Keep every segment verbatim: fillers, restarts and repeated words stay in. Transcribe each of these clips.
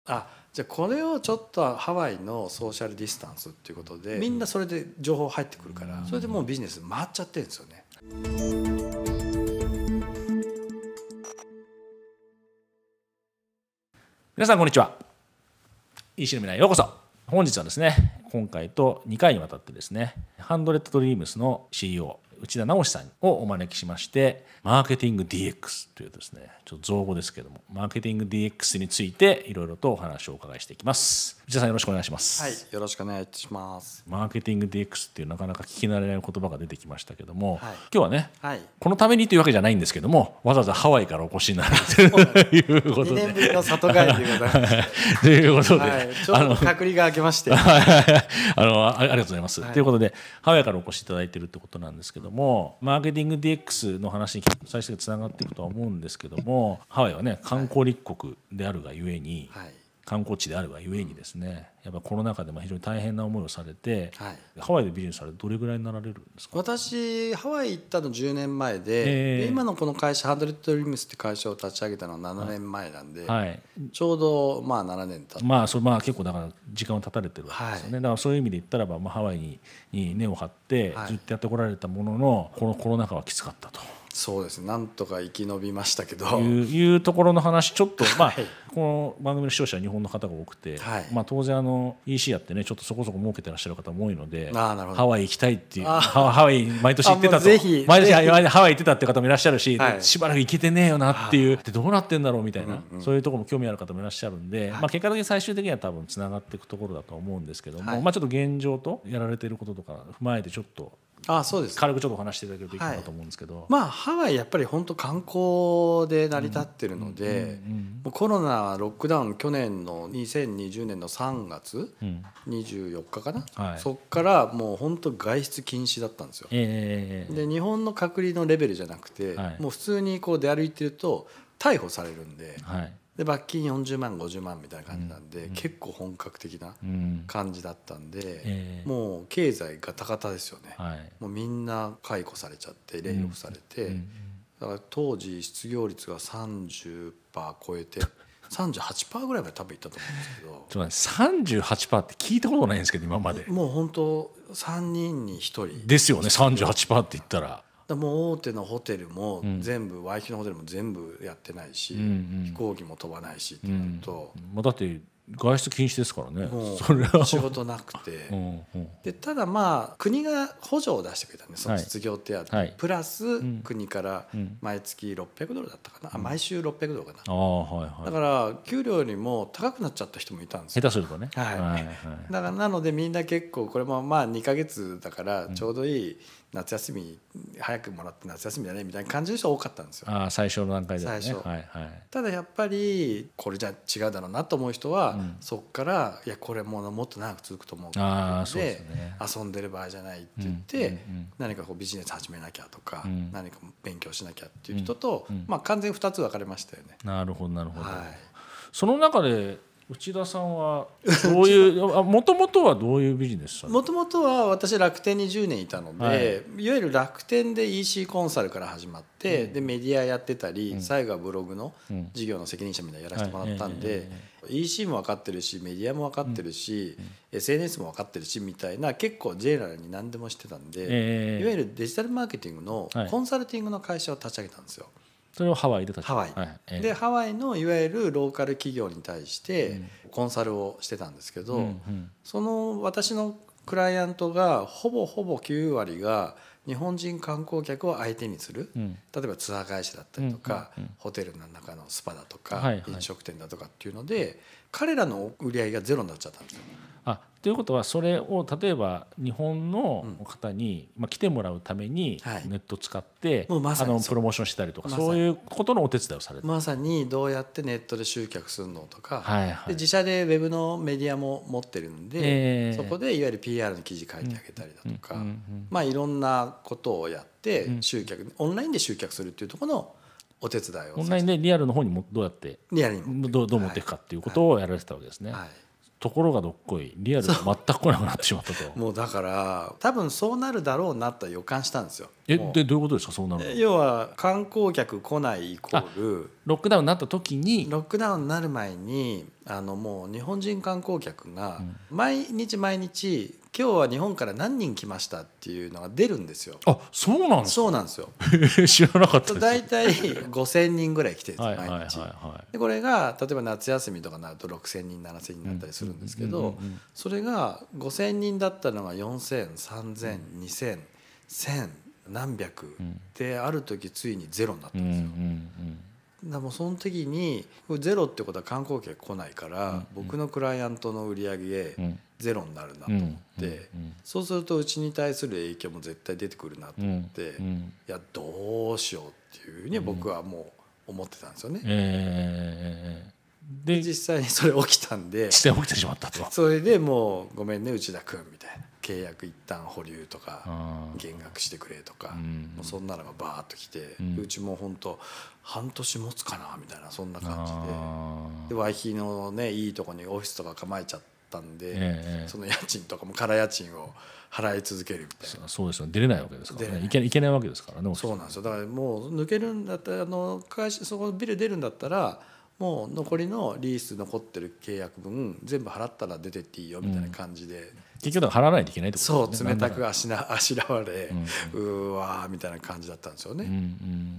あ、じゃあこれをちょっとハワイのソーシャルディスタンスっていうことでみんなそれで情報入ってくるからそれでもうビジネス回っちゃってるんですよね。 皆さんこんにちは。イーシーの未来へようこそ。本日はですね、今回とにかいにわたってですね、ハンドレッドドリームスの シーイーオー 内田直さんをお招きしまして、マーケティング ディーエックス というですね、ちょっと造語ですけども、マーケティング ディーエックス についていろいろとお話をお伺いしていきます。内田さんよろしくお願いします。 はい、よろしくお願いします。 マーケティング ディーエックス っていうなかなか聞き慣れない言葉が出てきましたけども、 はい、 今日はね、はい、このためにというわけじゃないんですけども、わざわざハワイからお越しになるということで、にねんぶりの里帰りでございますということで、 はい、ちょうど隔離が明けましてあのありがとうございます、はい、ということでハワイからお越しいただいているということなんですけども、マーケティング ディーエックス の話に最初につながっていくとは思うんですけども、ハワイはね観光立国であるがゆえに、はい、観光地であるがゆえにですね、やっぱコロナ禍でも非常に大変な思いをされて、はい、ハワイでビジネスされてどれぐらいになられるんですか？ 私ハワイ行ったのじゅうねんまえ で,、えー、で今のこの会社ハンドレッドドリームスって会社を立ち上げたのはななねんまえなんで、はい、ちょうどまあななねん経って、 まあそれまあ結構だから時間を経たれてるわけですよね、はい、だからそういう意味で言ったらば、まあ、ハワイにに根を張ってずっとやってこられたものの、このコロナ禍はきつかったと。 そうですね、なんとか生き延びましたけどいういうところの話ちょっと、まあ、はい、この番組の視聴者は日本の方が多くて、はい、まあ、当然あの イーシー やってねちょっとそこそこ儲けてらっしゃる方も多いので、ハワイ行きたいっていう、ハワイ毎年行ってたと、毎年ハワイ行ってたって方もいらっしゃるし、はい、しばらく行けてねえよなっていう、でどうなってんだろうみたいな、うんうん、そういうところも興味ある方もいらっしゃるんで、はい、まあ、結果的に最終的には多分つながっていくところだと思うんですけども、はい、まあ、ちょっと現状とやられていることとか踏まえてちょっとああそうです、 軽くちょっとお話していただけるといいかなと思うんですけど、はい、 まあ、ハワイやっぱり本当観光で成り立ってるので、もうコロナロックダウン去年のにせんにじゅうねんのさんがつにじゅうよっかかな、はい、そっからもう本当外出禁止だったんですよ、えー、で日本の隔離のレベルじゃなくて、はい、もう普通にこう出歩いてると逮捕されるんで、はい、で罰金よんじゅうまんごじゅうまんみたいな感じなんで、うん、結構本格的な感じだったんで、うん、えー、もう経済ガタガタですよね、はい、もうみんな解雇されちゃってレイオフされて、うんうん、だから当時失業率が さんじゅっパーセント 超えて さんじゅうはちパーセント ぐらいまで多分いったと思うんですけど、 ちょっと さんじゅうはちパーセント って聞いたことないんですけど今まで。 もう本当さんにんにひとりですよね、 さんじゅうはちパーセント って言ったら。 もう大手のホテルも全部、うん、ワイキキのホテルも全部やってないし、うんうん、飛行機も飛ばないしってなると、 うん、だって外出禁止ですからね、 もうそれは仕事なくてうん、うん、でただまあ国が補助を出してくれたんで、その失業手当、はい、プラス国から毎月ろっぴゃくドルだったかな、うん、あ毎週ろっぴゃくドルかな、あ、はいはい、だから給料よりも高くなっちゃった人もいたんですよ、 下手するとね、 はいはい、だからなのでみんな結構これもまあにかげつだからちょうどいい、夏休み早くもらって夏休みだねみたいな感じの人多かったんですよ。 あ、最初の段階ではね、 最初、 はいはい、 ただやっぱりこれじゃ違うだろうなと思う人は、うん、そこからいやこれもうもっと長く続くと思うので、で、ね、遊んでる場合じゃないって言って、うんうんうん、何かこうビジネス始めなきゃとか、うん、何か勉強しなきゃっていう人と、うんうん、まあ、完全にふたつ分かれましたよね。 なるほどなるほど、はい、その中で内田さんはどういうもともとはどういうビジネスされた？ もともとは私楽天にじゅうねんいたので、はい、いわゆる楽天で イーシー コンサルから始まって、うん、でメディアやってたり、うん、最後はブログの事業の責任者みたいなのやらせてもらったんで、はい、イーシー も分かってるしメディアも分かってるし、うん、エスエヌエス も分かってるしみたいな、結構ジェネラルに何でもしてたんで、えー、いわゆるデジタルマーケティングのコンサルティングの会社を立ち上げたんですよ。 それをハワイで立ち上げた。ハワイ、はい、えー、でハワイのいわゆるローカル企業に対してコンサルをしてたんですけど、うんうん、その私のクライアントがほぼほぼきゅうわりが日本人観光客を相手にする、うん、例えばツアー会社だったりとか、うんうんうん、ホテルの中のスパだとか、はいはい、飲食店だとかっていうので彼らの売り上げがゼロになっちゃったんですよ。 あ、ということはそれを例えば日本の方に、まあ、来てもらうためにネットを使って、はい、ま、あのプロモーションしたりとか、ま、そういうことのお手伝いをされて、 まさにどうやってネットで集客するのとか、はいはい、で自社でウェブのメディアも持ってるんで、えー、そこでいわゆる ピーアール の記事書いてあげたりだとか、うんうんうん、まあ、いろんなことをやって集客、うん、オンラインで集客するっていうところのお手伝いを、 オンラインでリアルの方にもどうやってリアルにどう、どう持っていくかっていうことをやられてたわけですね。はいはい、 ところがどっこいリアルが全く来なくなってしまったと。 もうだから多分そうなるだろうなと予感したんですよ。 えでどういうことですかそうなるの。 要は観光客来ないイコールロックダウンになった時にロックダウンになる前にあのもう日本人観光客が毎日毎日今日は日本から何人来ましたっていうのが出るんですよ。 あ、そうなんですか。 そうなんですよ。 知らなかったです。 大体ごせんにんぐらい来てるんですはいはいはい毎日。 はい。 でこれが例えば夏休みとかになるとろくせんにんななせんにんになったりするんですけど、それがごせんにんだったのがよんせん、さんぜん、にせん、せん何百である時ついにゼロになったんですよ。だもうその時にゼロってことは観光客来ないから僕のクライアントの売り上げゼロになるなと思ってそうするとうちに対する影響も絶対出てくるなと思っていやどうしようっていうふうに僕はもう思ってたんですよね。 えー、で実際にそれ起きたんで実際起きてしまったと。 それでもうごめんね内田君みたいな契約一旦保留とか減額してくれとかもうそんなのがバーッときてうちも本当半年持つかなみたいなそんな感じででワイキキのねいいとこにオフィスとか構えちゃったんでその家賃とかも空家賃を払い続けるみたいな。 そうですよね。出れないわけですからね。いけいけないわけですからね。 そうなんですよ。だからもう抜けるんだったらあの会社そこビル出るんだったらもう残りのリース残ってる契約分全部払ったら出てっていいよみたいな感じで、うん、 結局払わないといけないってことですね。 そう冷たくあしなあしらわれ、うんうん、うわーみたいな感じだったんですよね。うんうん、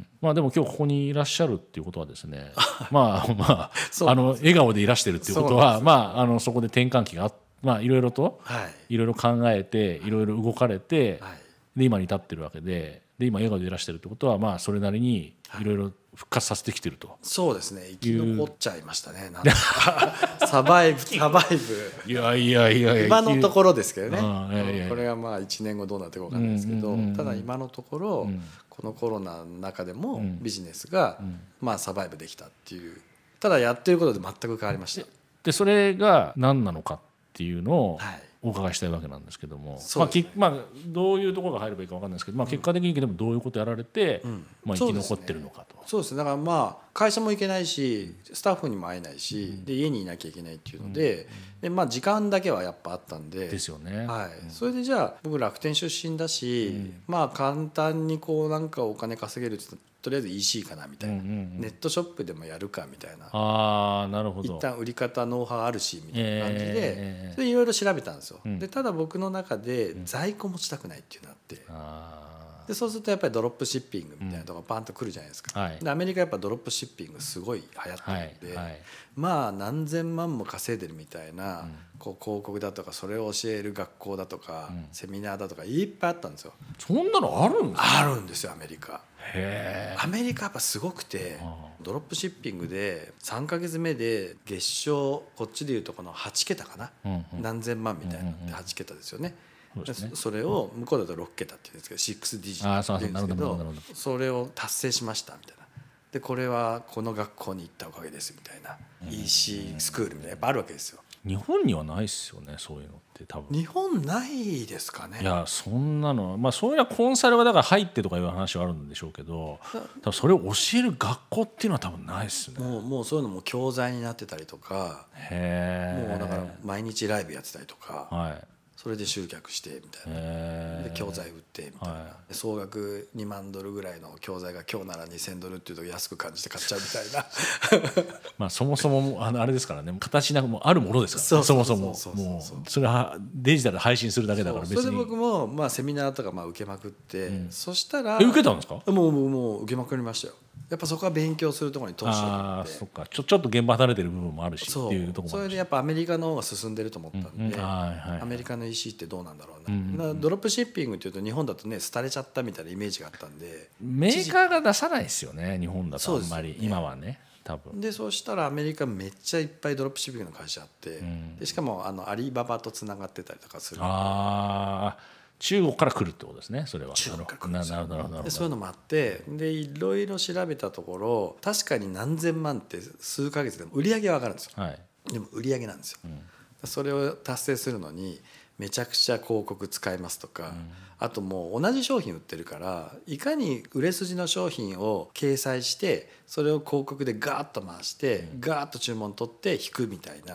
まあでも今日ここにいらっしゃるっていうことはですねまあまああの笑顔でいらしてるっていうことはまああのそこで転換期があまあいろいろといろいろ考えていろいろ動かれて、はい、で今に至ってるわけで。で今笑顔でいらしてるってことはまあそれなりにいろいろ復活させてきてると、はい、 そうですね生き残っちゃいましたねなんかサバイブサバイブいやいやいやいや今のところですけどね、いやいやこれがまあいちねんごどうなっていくか分かんないですけど、うんうんうん、ただ今のところ、うん、このコロナの中でもビジネスがまあサバイブできたっていうただやってることで全く変わりました。 でそれが何なのかっていうのを、はいお伺いしたいわけなんですけども、まあきまあ、どういうところが入ればいいか分かんないですけど、まあ、結果的にでもどういうことやられて、うんまあ、生き残ってるのかと。 そうですね、だからまあ会社も行けないしスタッフにも会えないし、うん、で家にいなきゃいけないっていうので、うんでまあ、時間だけはやっぱあったんでですよね、 はい、それでじゃあ僕楽天出身だし、うん、まあ簡単にこうなんかお金稼げるって言ったらとりあえず イーシー かなみたいな、うんうんうん、ネットショップでもやるかみたいな、 あーなるほど、 一旦売り方ノウハウあるしみたいな感じで、えー、それいろいろ調べたんですよ、うん、でただ僕の中で在庫持ちたくないっていうのがあって、うん、あでそうするとやっぱりドロップシッピングみたいなとこがパンと来るじゃないですか、うんはい、でアメリカやっぱドロップシッピングすごい流行ってるんで、はいはい、まあ何千万も稼いでるみたいな、うん、こう広告だとかそれを教える学校だとか、うん、セミナーだとかいっぱいあったんですよ。 そんなのあるんですか？ あるんですよアメリカ。へアメリカやっぱすごくてドロップシッピングでさんかげつめで月賞こっちでいうとこのはちけたかな、うんうん、何千万みたいなのではちけたですよね。そうですね、それを向こうだとろっけたっていうんですけどろくディジットっていうんですけどそれを達成しましたみたいなでこれはこの学校に行ったおかげですみたいな イーシー スクールみたいなやっぱあるわけですよ。 日本にはないですよねそういうのって多分。 日本ないですかね。 いやそんなのまあそういうのはコンサルがだから入ってとかいう話はあるんでしょうけど多分それを教える学校っていうのは多分ないですね。 もう、もうそういうのも教材になってたりとかへもうだから毎日ライブやってたりとか、はいそれで集客してみたいなで教材売ってみたいな、はい、総額にまんドルぐらいの教材が今日ならにせんドルっていうと安く感じて買っちゃうみたいなまあそもそもあのあれですからね形なもあるものですからねそもそももうそれはデジタルで配信するだけだから別にそれで僕もまあセミナーとかまあ受けまくって、うん、そしたらえ受けたんですか？ もうもうもう受けまくりましたよ。やっぱそこは勉強するところに投資をあそっかちょ、ちょっと現場離れてる部分もあるしっていうところもあるしそれでやっぱアメリカの方が進んでると思ったんで、うんうんはいはい、アメリカの イーシー ってどうなんだろうな、うんうん、ドロップシッピングっていうと日本だとね廃れちゃったみたいなイメージがあったんでメーカーが出さないですよね日本だとあんまり、ね、今はね多分でそうしたらアメリカめっちゃいっぱいドロップシッピングの会社あって、うん、でしかもあのアリババとつながってたりとかするああ中国から来るってことですねそれは。 中国から来るんですよ。でそういうのもあってでいろいろ調べたところ確かに何千万って数ヶ月でも売り上げは上がるんですよ、はい、でも売り上げなんですよ、うん、それを達成するのにめちゃくちゃ広告使いますとか、うん、あともう同じ商品売ってるからいかに売れ筋の商品を掲載してそれを広告でガーッと回して、うん、ガーッと注文取って引くみたいな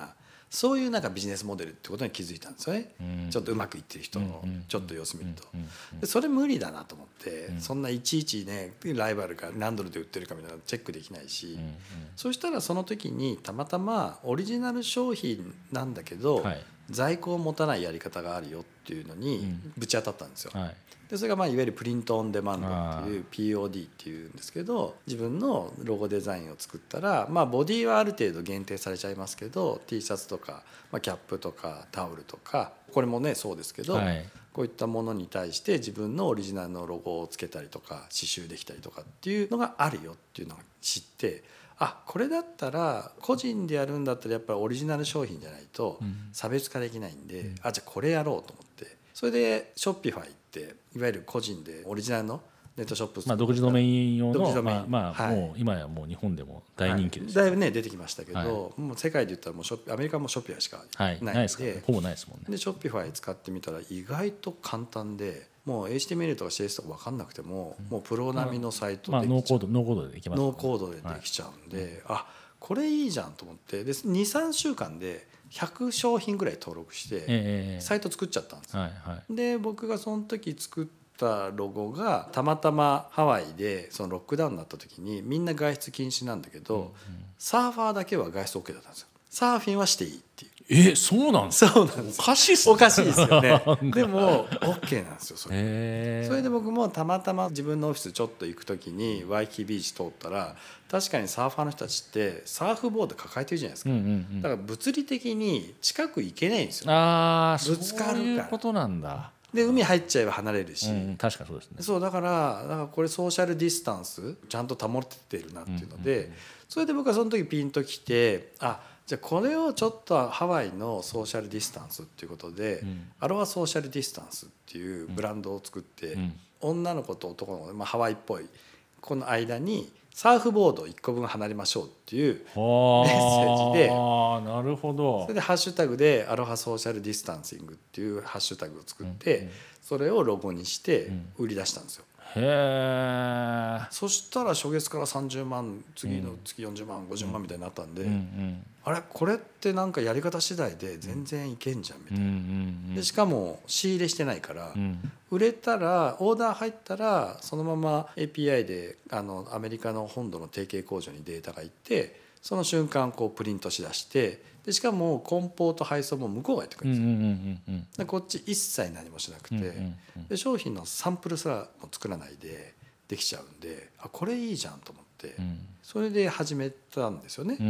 そういうなんかビジネスモデルってことに気づいたんですよね、うん、ちょっとうまくいってる人のちょっと様子見ると、でそれ無理だなと思って、うん、そんないちいちねライバルが何ドルで売ってるかみたいなのチェックできないし、うんうん、そしたらその時にたまたまオリジナル商品なんだけど、はい、在庫を持たないやり方があるよっていうのにぶち当たったんですよ、うんはい、でそれがまあいわゆるプリントオンデマンドっていう ピーオーディー っていうんですけど、自分のロゴデザインを作ったら、まあ、ボディはある程度限定されちゃいますけど T シャツとか、まあ、キャップとかタオルとかこれもねそうですけど、はい、こういったものに対して自分のオリジナルのロゴをつけたりとか刺繍できたりとかっていうのがあるよっていうのを知って、あこれだったら個人でやるんだったらやっぱりオリジナル商品じゃないと差別化できないんで、うん、あじゃあこれやろうと思って、それでショッピファイっていわゆる個人でオリジナルのネットショップ、 まあ、独自ドメイン用のまあまあ、はい、もう今やもう日本でも大人気です、 はい、だいぶね出てきましたけど、はい、もう世界で言ったらもうショッピアメリカもショッピファイしかないんで、はい、ないですからね、 ほぼないですもんね。 でショッピファイ使ってみたら意外と簡単で、もう エイチティーエムエル とか シーエス とか分かんなくても、うん、もうプロ並みのサイトでできちゃう、 まあ、ノーコードノーコードでできます、ね、 ノーコードでできちゃうんで、はい、あこれいいじゃんと思って、で にさんしゅうかんでひゃくしょうひんぐらい登録して、えー、サイト作っちゃったんですよ、はいはい、で僕がその時作ったロゴがたまたまハワイでそのロックダウンになった時にみんな外出禁止なんだけど、うんうん、サーファーだけは外出 OK だったんですよ。サーフィンはしていいっていう。 えそうなんですか。 そうなんです。 おかしいっすね。 おかしいですよね。でも OK なんですよそれ。それで僕もたまたま自分のオフィスちょっと行く時にワイキキビーチ通ったら確かにサーファーの人たちってサーフボード抱えてるじゃないですか、うんうんうん、だから物理的に近く行けないんですよ。 あぶつかるから。そういうことなんだ。 で海入っちゃえば離れるし、 うん、確かにそうですね。 そうだからだからこれソーシャルディスタンスちゃんと保ててるなっていうので、うんうんうん、それで僕はその時ピンときて、あじゃあこれをちょっとハワイのソーシャルディスタンスっていうことで、うん、アロハソーシャルディスタンスっていうブランドを作って、うん、女の子と男の子、まあ、ハワイっぽいこの間にサーフボードいっこぶん離れましょうっていうメッセージで、 あなるほど。 それでハッシュタグでアロハソーシャルディスタンシングっていうハッシュタグを作って、うんうん、それをロゴにして売り出したんですよ、 うん、へえ。 そしたら初月からさんじゅうまん次の月よんじゅうまんごじゅうまんみたいになったんで、うんうん、あれこれってなんかやり方次第で全然いけんじゃんみたいな、うんうんうん、でしかも仕入れしてないから、うん、売れたらオーダー入ったらそのまま エーピーアイ であのアメリカの本土の提携工場にデータが行ってその瞬間こうプリントしだして、でしかも梱包と配送も向こうがやってくるんですよ、うんうんうんうん、でこっち一切何もしなくて、うんうんうん、で商品のサンプルすらも作らないでできちゃうんで、あこれいいじゃんと思って、うん、それで始めたんですよね、うんうんうん、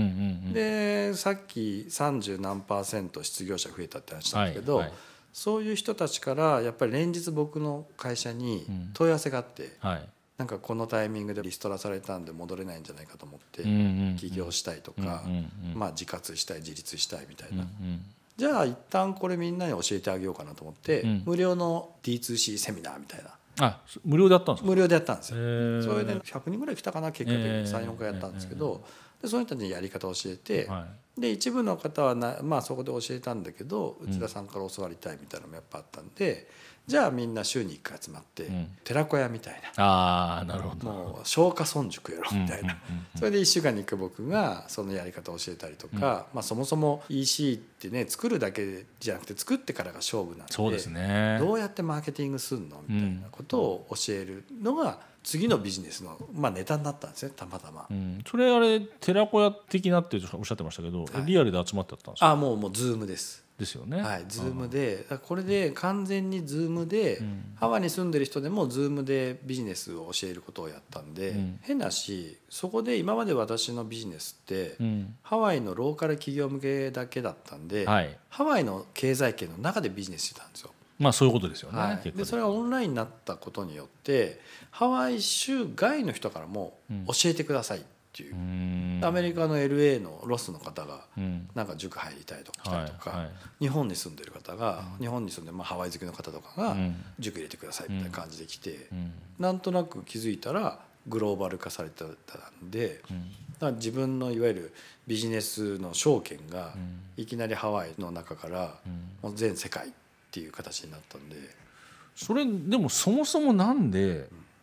でさっきさんじゅうなんパーセント失業者増えたって話したんだけど、はいはい、そういう人たちからやっぱり連日僕の会社に問い合わせがあって、うんはい、なんかこのタイミングでリストラされたんで戻れないんじゃないかと思って起業したいとか、うんうんうん、まあ自活したい自立したいみたいな、うんうん、じゃあ一旦これみんなに教えてあげようかなと思って、うん、無料の ディーツーシー セミナーみたいな、 あ無料でやったんですか。 無料でやったんですよ。それでひゃくにんぐらい来たかな結果的に さん,よん 回やったんですけど、でそういう人にやり方を教えて、はい、で一部の方はな、まあ、そこで教えたんだけど内田さんから教わりたいみたいなのもやっぱあったんで、じゃあみんな週にいっかい集まって、うん、寺子屋みたいな、 あなるほど、 もう松下村塾やろみたいな、うんうんうんうん、それでいっしゅうかんにいっかい僕がそのやり方を教えたりとか、うんまあ、そもそも イーシー ってね作るだけじゃなくて作ってからが勝負なんで、 そうですね、 どうやってマーケティングするのみたいなことを教えるのが次のビジネスの、まあ、ネタになったんですねたまたま、 うん、それあれ寺子屋的なっておっしゃってましたけど、はい、リアルで集まってたんですか。 あもうもうズームですですよね、 はい、ズームでこれで完全にズームで、うん、ハワイに住んでる人でもズームでビジネスを教えることをやったんで、うん、変なしそこで今まで私のビジネスって、うん、ハワイのローカル企業向けだけだったんで、はい、ハワイの経済圏の中でビジネスしてたんですよ。 まあそういうことですよね、 はい、でそれがオンラインになったことによってハワイ州外の人からも教えてくださいっていう、うん、アメリカの エルエー のロスの方がなんか塾入りたいとか来たりとか、はいはい、日本に住んでる方が、うん、日本に住んで、まあ、ハワイ好きの方とかが塾入れてくださいみたいな感じで来て、うん、なんとなく気づいたらグローバル化されてたんで、うん、だから自分のいわゆるビジネスの証券がいきなりハワイの中からもう全世界っていう形になったんで、 それでもそもそもなんで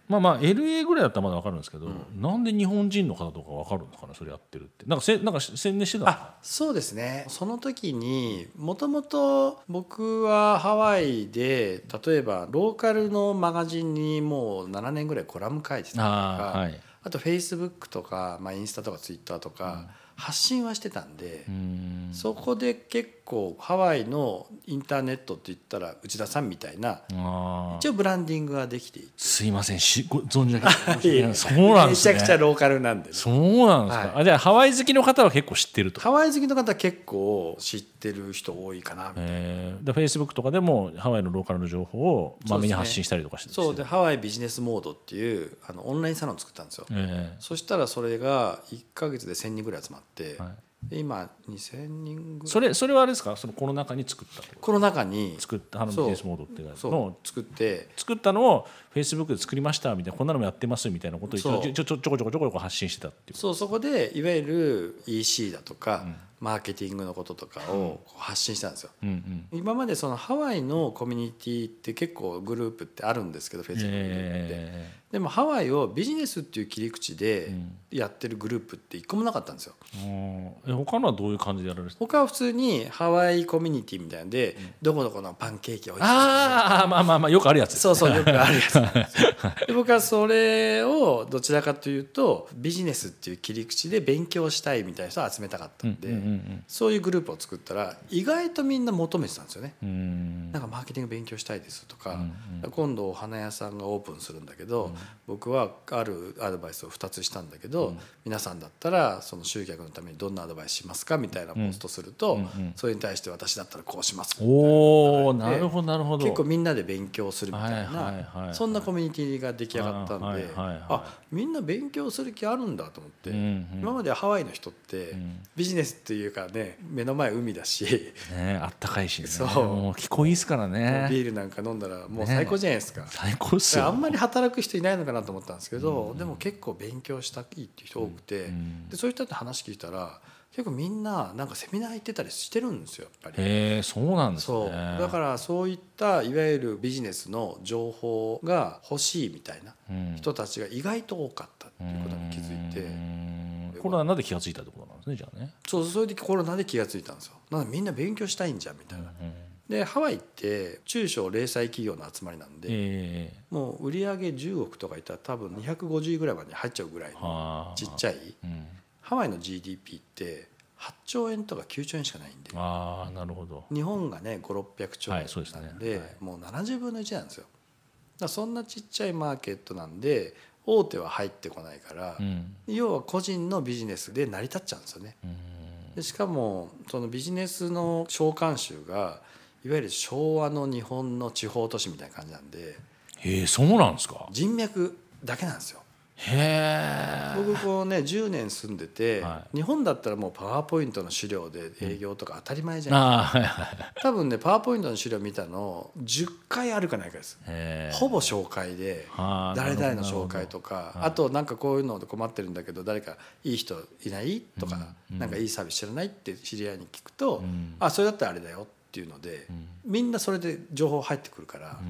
まあまあ エルエー ぐらいだったらまだ分かるんですけど、うん、なんで日本人の方とか分かるのかなそれやってるってなんかせなんか宣伝してたの？ あ、そうですね。その時にもともと僕はハワイで例えばローカルのマガジンにもうななねんぐらいコラム書いてたりとか、あ、はい、あとフェイスブックとか、まあ、インスタとかツイッターとか、うん発信はしてたんで、んそこで結構ハワイのインターネットって言ったら内田さんみたいな一応ブランディングができていて、 すいませんしご存じなかったそうなんですね。 めちゃくちゃローカルなんで、ね、 そうなんですか、はい、あじゃあハワイ好きの方は結構知ってると。 ハワイ好きの方は結構知ってる人多いかなみたいな。 えー、でフェイスブックとかでもハワイのローカルの情報をまめに発信したりとかして、 そうですね。そうでハワイビジネスモードっていうあのオンラインサロンを作ったんですよ、えー、そしたらそれがいっかげつでせんにんぐらい集まって、はい、で今にせんにんぐらい。 それそれはあれですか、そのコロナ禍に作ったコロナ禍に作ったハロービジネスモードっていうのを作って作ったのをフェイスブックで作りましたみたいな、こんなのもやってますみたいなことをちょちょちょちょこちょこちょこ発信してたっていう。 そうそこでいわゆる イーシー だとか、うん、マーケティングのこととかを発信したんですよ、うんうん、今までそのハワイのコミュニティって結構グループってあるんですけどフェイスブックで、えー、でもハワイをビジネスっていう切り口でやってるグループって一個もなかったんですよ、 うん、え他のはどういう感じでやられるんですか？ 他は普通にハワイコミュニティみたいなんで、うん、どこどこのパンケーキをああまあまあまあよくあるやつです、 そうそうよくあるやつで僕はそれをどちらかというとビジネスっていう切り口で勉強したいみたいな人を集めたかったんで、うんうんうんうん、そういうグループを作ったら意外とみんな求めてたんですよね。うんなんかマーケティング勉強したいですとか、うんうん、今度お花屋さんがオープンするんだけど、うん、僕はあるアドバイスをふたつしたんだけど、うん、皆さんだったらその集客のためにどんなアドバイスしますかみたいなポストすると、うんうんうん、それに対して私だったらこうしますみたいな。 おーなるほどなるほど。 結構みんなで勉強するみたいな、はいはいはい、そんなコミュニティが出来上がったんで、はいはいはい、あみんな勉強する気あるんだと思って、うんうん、今までハワイの人ってビジネスっていうかね目の前海だし、 ね、あったかいしね、そうもう気候いいですからね、 ビールなんか飲んだらもう最高じゃないですか、ね、 最高っすよ。 あんまり働く人いないのかなと思ったんですけど、うん、でも結構勉強したいっていう人多くて、うん、でそういう人って話聞いたら結構みんななんかセミナー行ってたりしてるんですよやっぱり。 へえそうなんですね。 そうだからそういったいわゆるビジネスの情報が欲しいみたいな人たちが意外と多かったっていうことに気づいて、 うん、コロナで気がついたってことなんですねじゃあね。 そうそれでコロナで気がついたんですよ。なのでみんな勉強したいんじゃんみたいな、うんでハワイって中小零細企業の集まりなんで、えー、もう売上じゅうおくとかいったら多分にひゃくごじゅういぐらいまで入っちゃうぐらいのちっちゃい、うん、ハワイの ジーディーピー ってはっちょうえんとかきゅうちょうえんしかないんで、 あなるほど。 日本がねごひゃくろっぴゃくちょうえんなんで、はいそうですねはい、もうななじゅうぶんのいちなんですよ。だからそんなちっちゃいマーケットなんで大手は入ってこないから、うん、要は個人のビジネスで成り立っちゃうんですよね、うん、でしかもそのビジネスの召喚集がいわゆる昭和の日本の地方都市みたいな感じなんで、 へえそうなんですか。 人脈だけなんですよ。 へえ。 僕こうねじゅうねん住んでて、はい、日本だったらもうパワーポイントの資料で営業とか当たり前じゃないですか、うん、多分ねパワーポイントの資料見たのじゅっかいあるかないかです。ほぼ紹介で誰々の紹介とか、あとなんかこういうので困ってるんだけど誰かいい人いないとか、うん、なんかいいサービス知らないって知り合いに聞くと、うん、あそれだったらあれだよっていうので、うん、みんなそれで情報入ってくるから、うん、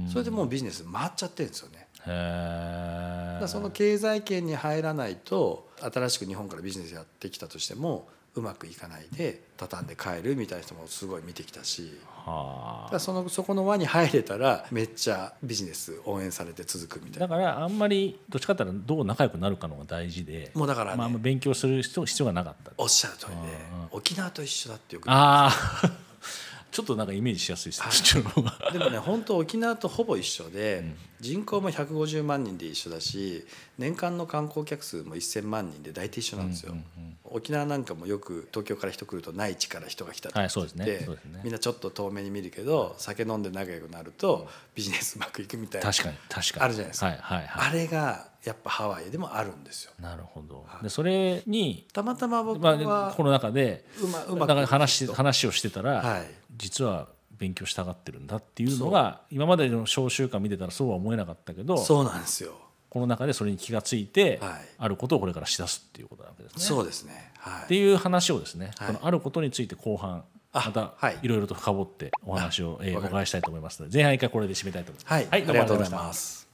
それでもうビジネス回っちゃってるんですよね。へだその経済圏に入らないと新しく日本からビジネスやってきたとしてもうまくいかないで畳んで帰るみたいな人もすごい見てきたし、はだそのそこの輪に入れたらめっちゃビジネス応援されて続くみたいな。 だからあんまりどっちかっていうとどう仲良くなるかのが大事で、 もうだからね、 まあ、勉強する必要がなかった。 おっしゃる通りで沖縄と一緒だってよくああちょっとなんかイメージしやすいですね、 はい、でもね本当沖縄とほぼ一緒で、うん、人口もひゃくごじゅうまんにんで一緒だし年間の観光客数もせんまんにんで大体一緒なんですよ、うんうんうん、沖縄なんかもよく東京から人来ると内地から人が来たって言って、はいそうですねそうですね、みんなちょっと遠目に見るけど酒飲んで仲良くなるとビジネスうまくいくみたいな確かに確かにあるじゃないですか、 はいはいはい、 あれがやっぱハワイでもあるんですよ。 なるほど、はい、でそれにたまたま僕は、 まあ、この中でうまうまく話話をしてたら、はい、実は勉強したがってるんだっていうのが今までの小習慣見てたらそうは思えなかったけど、 そうなんですよ。 この中でそれに気がついて、はい、あることをこれからしだすっていうことなわけですね。 そうですね、はい、 っていう話をですね、はい、このあることについて後半またいろいろと深掘ってお話を、えー、お伺いしたいと思いますので前半一回これで締めたいと思います。 はい、はい、ありがとうございます。